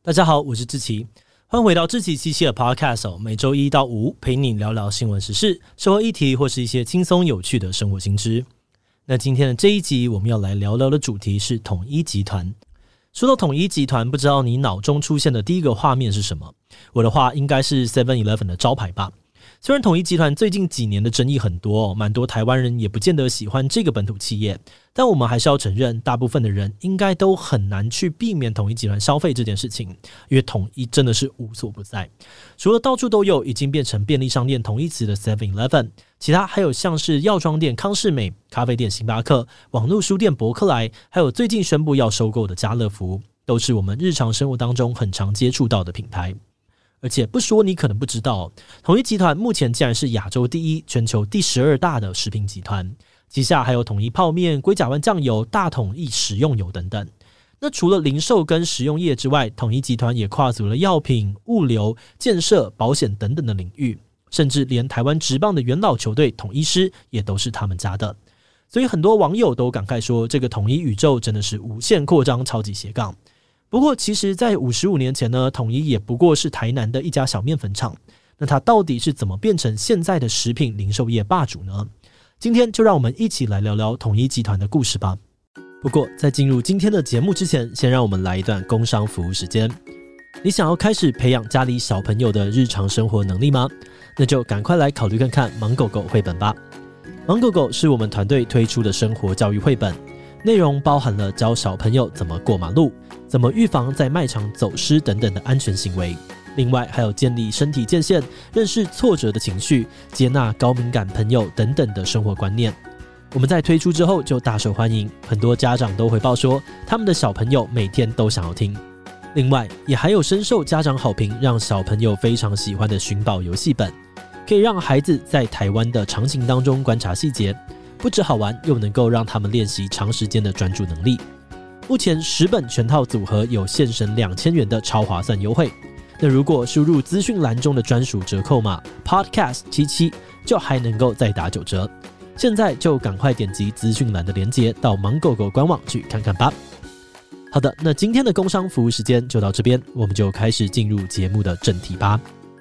大家好，我是志祺，欢迎回到志祺七七的 Podcast，每周一到五陪你聊聊新闻时事、社会议题或是一些轻松有趣的生活新知。那今天的这一集我们要来聊聊的主题是统一集团。说到统一集团，不知道你脑中出现的第一个画面是什么？我的话应该是 7-Eleven 的招牌吧。虽然统一集团最近几年的争议很多，蛮多台湾人也不见得喜欢这个本土企业，但我们还是要承认，大部分的人应该都很难去避免统一集团消费这件事情，因为统一真的是无所不在。除了到处都有已经变成便利商店同义词的 7-Eleven， 其他还有像是药妆店康是美、咖啡店星巴克、网络书店博客来，还有最近宣布要收购的家乐福，都是我们日常生活当中很常接触到的品牌。而且不说你可能不知道，统一集团目前竟然是亚洲第一、全球第12大的食品集团，旗下还有统一泡面、龟甲湾酱油、大统一食用油等等。那除了零售跟食用业之外，统一集团也跨足了药品、物流、建设、保险等等的领域，甚至连台湾职棒的元老球队统一狮也都是他们家的。所以很多网友都感慨说，这个统一宇宙真的是无限扩张，超级斜杠。不过其实在55年前呢，统一也不过是台南的一家小面粉厂，那它到底是怎么变成现在的食品零售业霸主呢？今天就让我们一起来聊聊统一集团的故事吧。不过在进入今天的节目之前，先让我们来一段工商服务时间。你想要开始培养家里小朋友的日常生活能力吗？那就赶快来考虑看看盲狗狗绘本吧。盲狗狗是我们团队推出的生活教育绘本，内容包含了教小朋友怎么过马路、怎么预防在卖场走失等等的安全行为，另外还有建立身体界限、认识挫折的情绪、接纳高敏感朋友等等的生活观念。我们在推出之后就大受欢迎，很多家长都回报说他们的小朋友每天都想要听。另外也还有深受家长好评，让小朋友非常喜欢的寻宝游戏本，可以让孩子在台湾的场景当中观察细节，不只好玩，又能够让他们练习长时间的专注能力。目前10本全套组合有现省2000元的超划算优惠，那如果输入资讯栏中的专属折扣码 podcast77 就还能够再打9折。现在就赶快点击资讯栏的连结到盲狗狗官网去看看吧。好的，那今天的工商服务时间就到这边，我们就开始进入节目的正题吧。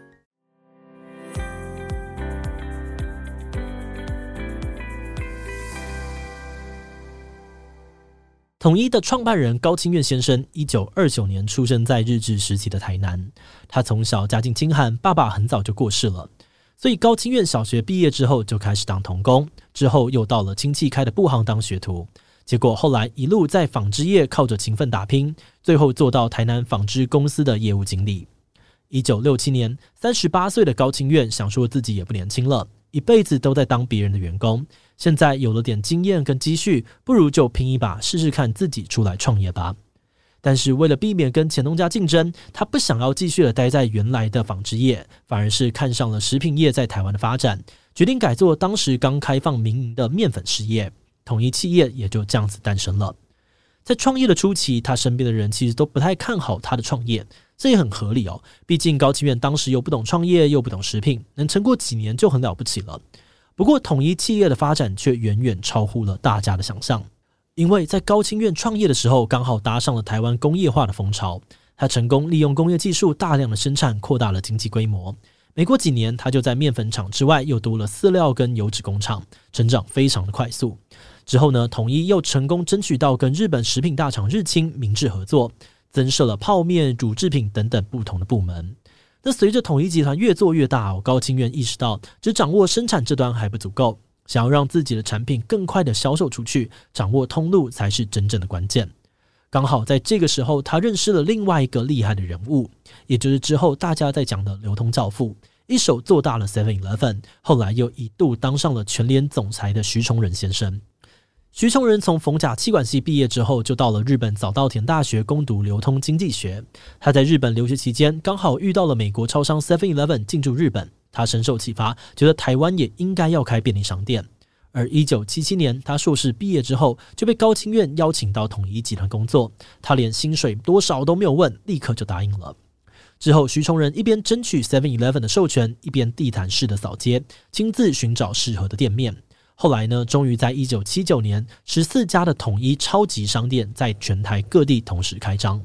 统一的创办人高清苑先生1929年出生在日治时期的台南，他从小家境清寒，爸爸很早就过世了，所以高清苑小学毕业之后就开始当童工，之后又到了亲戚开的布行当学徒，结果后来一路在纺织业靠着勤奋打拼，最后做到台南纺织公司的业务经理。1967年38岁的高清苑想说自己也不年轻了，一辈子都在当别人的员工，现在有了点经验跟积蓄，不如就拼一把试试看自己出来创业吧。但是为了避免跟前东家竞争，他不想要继续的待在原来的纺织业，反而是看上了食品业在台湾的发展，决定改做当时刚开放民营的面粉事业，统一企业也就这样子诞生了。在创业的初期，他身边的人其实都不太看好他的创业，这也很合理哦，毕竟高清苑当时又不懂创业又不懂食品，能撑过几年就很了不起了。不过统一企业的发展却远远超乎了大家的想象，因为在高清苑创业的时候刚好搭上了台湾工业化的风潮，他成功利用工业技术大量的生产，扩大了经济规模。没过几年，他就在面粉厂之外又多了饲料跟油脂工厂，成长非常的快速。之后呢，统一又成功争取到跟日本食品大厂日清、明治合作，增设了泡面、乳制品等等不同的部门。那随着统一集团越做越大，高清苑意识到只掌握生产这端还不足够，想要让自己的产品更快的销售出去，掌握通路才是真正的关键。刚好在这个时候，他认识了另外一个厉害的人物，也就是之后大家在讲的流通教父，一手做大了 7-Eleven， 后来又一度当上了全联总裁的徐崇仁先生。徐崇仁从逢甲企管系毕业之后，就到了日本早稻田大学攻读流通经济学。他在日本留学期间，刚好遇到了美国超商 7-Eleven 进驻日本，他深受启发，觉得台湾也应该要开便利商店。而1977年，他硕士毕业之后，就被高清苑邀请到统一集团工作，他连薪水多少都没有问，立刻就答应了。之后，徐崇仁一边争取 7-Eleven 的授权，一边地毯式的扫街，亲自寻找适合的店面。后来呢，终于在1979年，14家的统一超级商店在全台各地同时开张。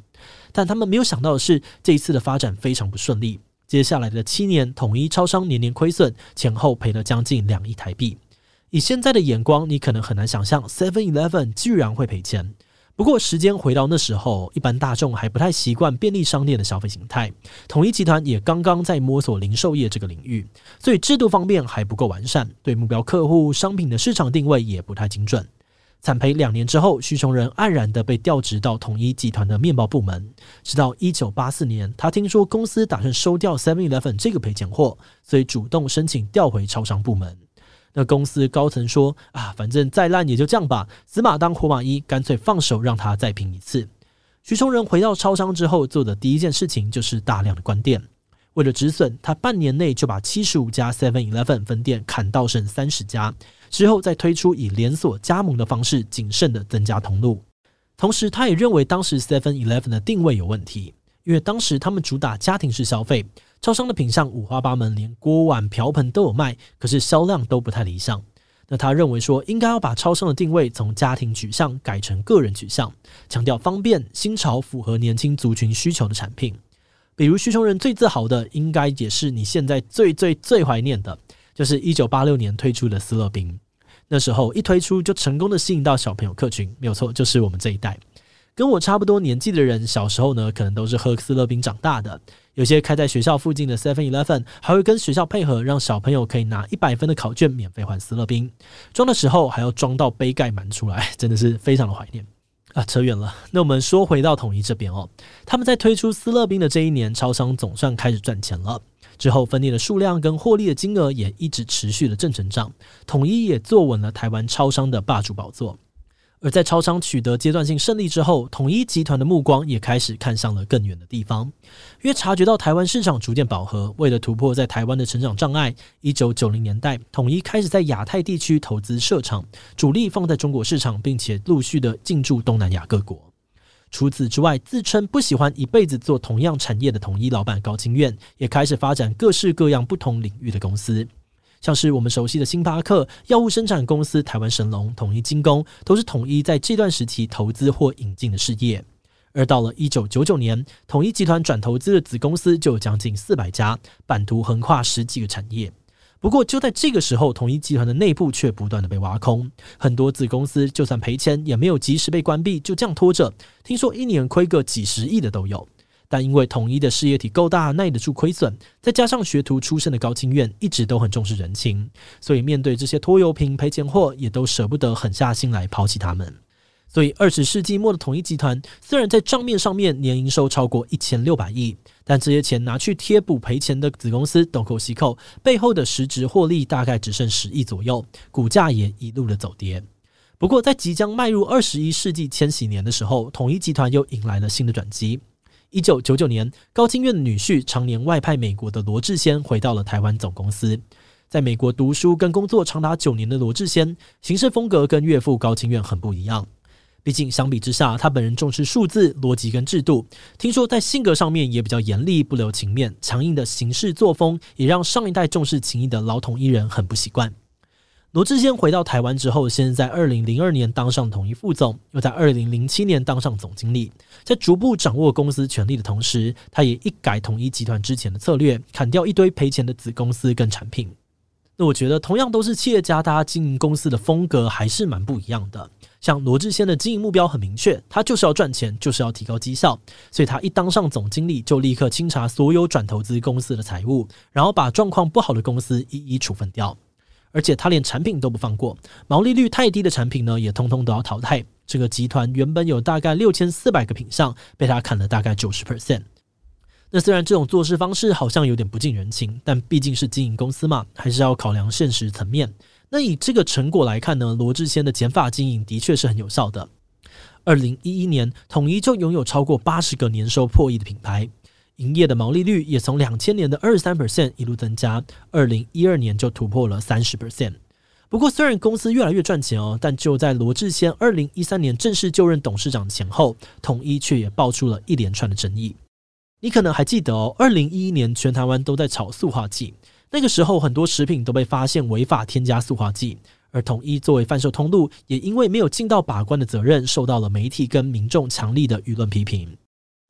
但他们没有想到的是，这一次的发展非常不顺利。接下来的7年，统一超商年年亏损，前后赔了将近2亿台币。以现在的眼光，你可能很难想象 7-Eleven 居然会赔钱。不过时间回到那时候，一般大众还不太习惯便利商店的消费形态，统一集团也刚刚在摸索零售业这个领域，所以制度方面还不够完善，对目标客户商品的市场定位也不太精准。惨赔2年之后，徐崇仁黯然的被调职到统一集团的面包部门。直到1984年，他听说公司打算收掉 7-Eleven 这个赔钱货，所以主动申请调回超商部门。那公司高层说反正再烂也就这样吧，死马当活马医，干脆放手让他再拼一次。徐崇仁回到超商之后做的第一件事情就是大量的关店。为了止损，他半年内就把75家 7-Eleven 分店砍到剩30家，之后再推出以连锁加盟的方式谨慎的增加通路。同时他也认为当时 7-Eleven 的定位有问题，因为当时他们主打家庭式消费，超商的品项五花八门，连锅碗瓢盆都有卖，可是销量都不太理想。那他认为说应该要把超商的定位从家庭取向改成个人取向，强调方便、新潮、符合年轻族群需求的产品。比如徐崇仁最自豪的，应该也是你现在最怀念的，就是1986年推出的思乐冰。那时候一推出就成功的吸引到小朋友客群，没有错，就是我们这一代。跟我差不多年纪的人，小时候呢可能都是喝思乐冰长大的，有些开在学校附近的 7-Eleven 还会跟学校配合，让小朋友可以拿100分的考卷免费换思乐冰，装的时候还要装到杯盖满出来，真的是非常的怀念。扯远了。那我们说回到统一这边他们在推出思乐冰的这一年，超商总算开始赚钱了。之后分店的数量跟获利的金额也一直持续的正成长，统一也坐稳了台湾超商的霸主宝座。而在超商取得阶段性胜利之后，统一集团的目光也开始看向了更远的地方。因为察觉到台湾市场逐渐饱和，为了突破在台湾的成长障碍，1990年代统一开始在亚太地区投资设厂，主力放在中国市场，并且陆续的进驻东南亚各国。除此之外，自称不喜欢一辈子做同样产业的统一老板高金苑，也开始发展各式各样不同领域的公司。像是我们熟悉的星巴克、药物生产公司台湾神龙、统一精工，都是统一在这段时期投资或引进的事业。而到了1999年，统一集团转投资的子公司就有将近400家，版图横跨10几个产业。不过就在这个时候，统一集团的内部却不断的被挖空，很多子公司就算赔钱也没有及时被关闭，就这样拖着，听说一年亏个几十亿的都有。但因为统一的事业体够大，耐得住亏损，再加上学徒出身的高金苑一直都很重视人情，所以面对这些拖油瓶赔钱货，也都舍不得狠下心来抛弃他们。所以20世纪末的统一集团虽然在账面上面年营收超过1600亿，但这些钱拿去贴补赔钱的子公司东扣西扣，背后的实质获利大概只剩10亿左右，股价也一路的走跌。不过在即将迈入21世纪千禧年的时候，统一集团又迎来了新的转机。1999年，高金苑的女婿常年外派美国的罗志先回到了台湾总公司。在美国读书跟工作长达9年的罗志先，行事风格跟岳父高金苑很不一样。毕竟相比之下，他本人重视数字、逻辑跟制度，听说在性格上面也比较严厉，不留情面，强硬的行事作风也让上一代重视情义的老统一人很不习惯。罗志先回到台湾之后，先在2002年当上统一副总，又在2007年当上总经理。在逐步掌握公司权力的同时，他也一改统一集团之前的策略，砍掉一堆赔钱的子公司跟产品。那我觉得同样都是企业家，大家经营公司的风格还是蛮不一样的。像罗志先的经营目标很明确，他就是要赚钱，就是要提高绩效，所以他一当上总经理就立刻清查所有转投资公司的财务，然后把状况不好的公司一一处分掉。而且他连产品都不放过，毛利率太低的产品呢，也通通都要淘汰。这个集团原本有大概6400个品项，被他砍了大概 90%。 那虽然这种做事方式好像有点不近人情，但毕竟是经营公司嘛，还是要考量现实层面。那以这个成果来看呢，罗志先的减法经营的确是很有效的。2011年，统一就拥有超过80个年收破亿的品牌，营业的毛利率也从2000年的 23% 一路增加，2012年就突破了 30%。 不过虽然公司越来越赚钱但就在罗志先2013年正式就任董事长前后，统一却也爆出了一连串的争议。你可能还记得2011年全台湾都在炒塑化剂，那个时候很多食品都被发现违法添加塑化剂，而统一作为贩售通路，也因为没有尽到把关的责任，受到了媒体跟民众强力的舆论批评。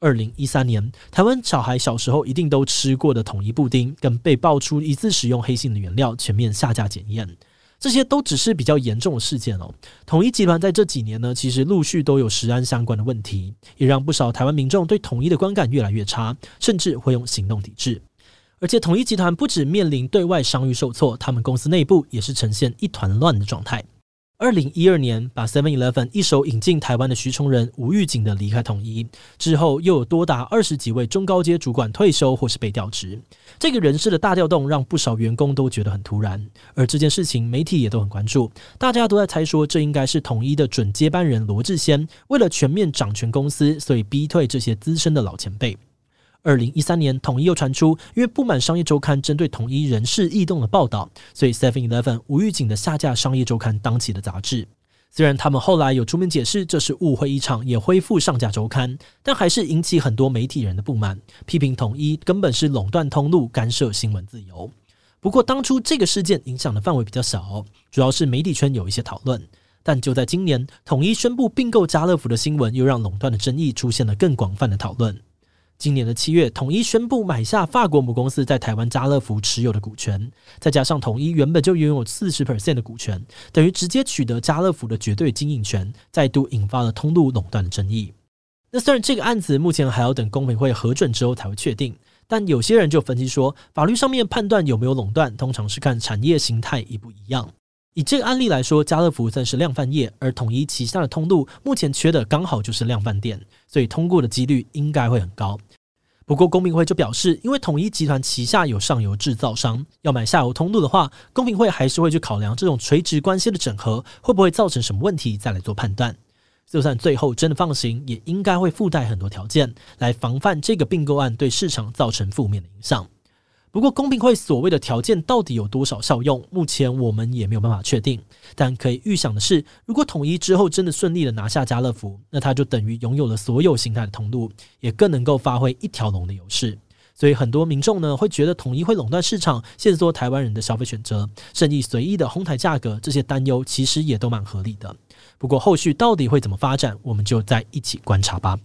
2013年，台湾小孩小时候一定都吃过的统一布丁，跟被爆出疑似使用黑心的原料全面下架检验，这些都只是比较严重的事件哦。统一集团在这几年呢，其实陆续都有食安相关的问题，也让不少台湾民众对统一的观感越来越差，甚至会用行动抵制。而且统一集团不只面临对外商誉受挫，他们公司内部也是呈现一团乱的状态。2012年，把 7-Eleven 一手引进台湾的徐崇仁、吴玉景的离开统一之后，又有多达20几位中高阶主管退休或是被调职。这个人事的大调动让不少员工都觉得很突然，而这件事情媒体也都很关注，大家都在猜说这应该是统一的准接班人罗志先为了全面掌权公司，所以逼退这些资深的老前辈。2013年，统一又传出因为不满商业周刊针对统一人事异动的报道，所以 7-Eleven 吴玉景的下架商业周刊当期的杂志。虽然他们后来有出面解释这是误会一场，也恢复上架周刊，但还是引起很多媒体人的不满，批评统一根本是垄断通路，干涉新闻自由。不过当初这个事件影响的范围比较小，主要是媒体圈有一些讨论。但就在今年，统一宣布并购家乐福的新闻，又让垄断的争议出现了更广泛的讨论。今年的7月，统一宣布买下法国母公司在台湾家乐福持有的股权，再加上统一原本就拥有 40% 的股权，等于直接取得家乐福的绝对经营权，再度引发了通路垄断的争议。那虽然这个案子目前还要等公平会核准之后才会确定，但有些人就分析说，法律上面判断有没有垄断，通常是看产业形态一不一样。以这个案例来说，家乐福算是量贩业，而统一旗下的通路目前缺的刚好就是量贩店，所以通过的几率应该会很高。不过公平会就表示，因为统一集团旗下有上游制造商，要买下游通路的话，公平会还是会去考量这种垂直关系的整合会不会造成什么问题，再来做判断。就算最后真的放行，也应该会附带很多条件来防范这个并购案对市场造成负面的影响。不过公平会所谓的条件到底有多少效用，目前我们也没有办法确定。但可以预想的是，如果统一之后真的顺利的拿下家乐福，那它就等于拥有了所有形态的通路，也更能够发挥一条龙的优势。所以很多民众呢会觉得统一会垄断市场，限缩台湾人的消费选择，甚至随意的哄抬价格，这些担忧其实也都蛮合理的。不过后续到底会怎么发展，我们就再一起观察吧。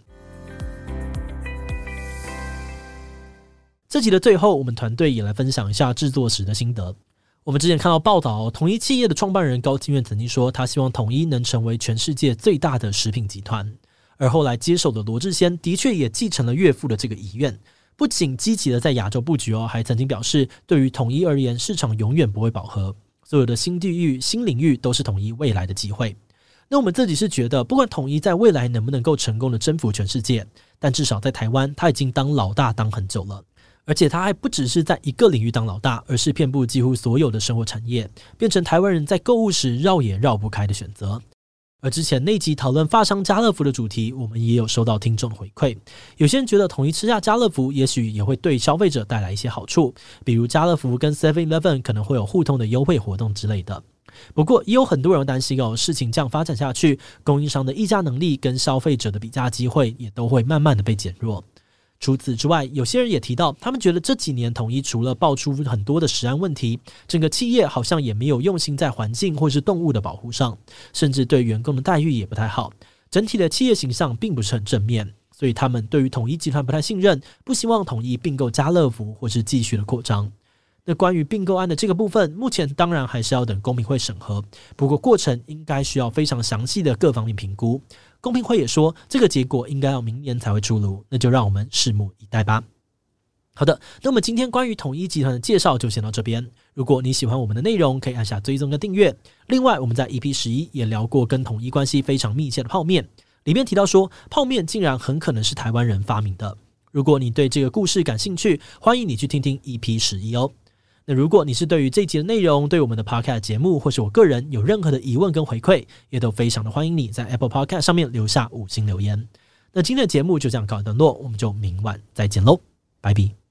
这集的最后，我们团队也来分享一下制作时的心得。我们之前看到报道，统一企业的创办人高金源曾经说，他希望统一能成为全世界最大的食品集团。而后来接手的罗志先的确也继承了岳父的这个遗愿，不仅积极的在亚洲布局还曾经表示，对于统一而言，市场永远不会饱和，所有的新地域、新领域都是统一未来的机会。那我们自己是觉得，不管统一在未来能不能够成功的征服全世界，但至少在台湾，他已经当老大当很久了。而且他还不只是在一个领域当老大，而是遍布几乎所有的生活产业，变成台湾人在购物时绕也绕不开的选择。而之前那集讨论发商家乐福的主题，我们也有收到听众的回馈，有些人觉得统一吃下家乐福也许也会对消费者带来一些好处，比如家乐福跟 7-Eleven 可能会有互通的优惠活动之类的。不过也有很多人担心事情这样发展下去，供应商的议价能力跟消费者的比价机会也都会慢慢的被减弱。除此之外，有些人也提到，他们觉得这几年统一除了爆出很多的食安问题，整个企业好像也没有用心在环境或是动物的保护上，甚至对员工的待遇也不太好，整体的企业形象并不是很正面，所以他们对于统一集团不太信任，不希望统一并购家乐福或是继续的扩张。那关于并购案的这个部分，目前当然还是要等公平会审核，不过过程应该需要非常详细的各方面评估。公平会也说，这个结果应该要明年才会出炉，那就让我们拭目以待吧。好的，那我们今天关于统一集团的介绍就先到这边。如果你喜欢我们的内容，可以按下追踪跟订阅。另外，我们在 EP11 也聊过跟统一关系非常密切的泡面，里面提到说，泡面竟然很可能是台湾人发明的。如果你对这个故事感兴趣，欢迎你去听听 EP11 哦。那如果你是对于这集的内容，对我们的 Podcast 节目或是我个人有任何的疑问跟回馈，也都非常的欢迎你在 Apple Podcast 上面留下5星留言。那今天的节目就这样告一段落，我们就明晚再见喽，拜拜。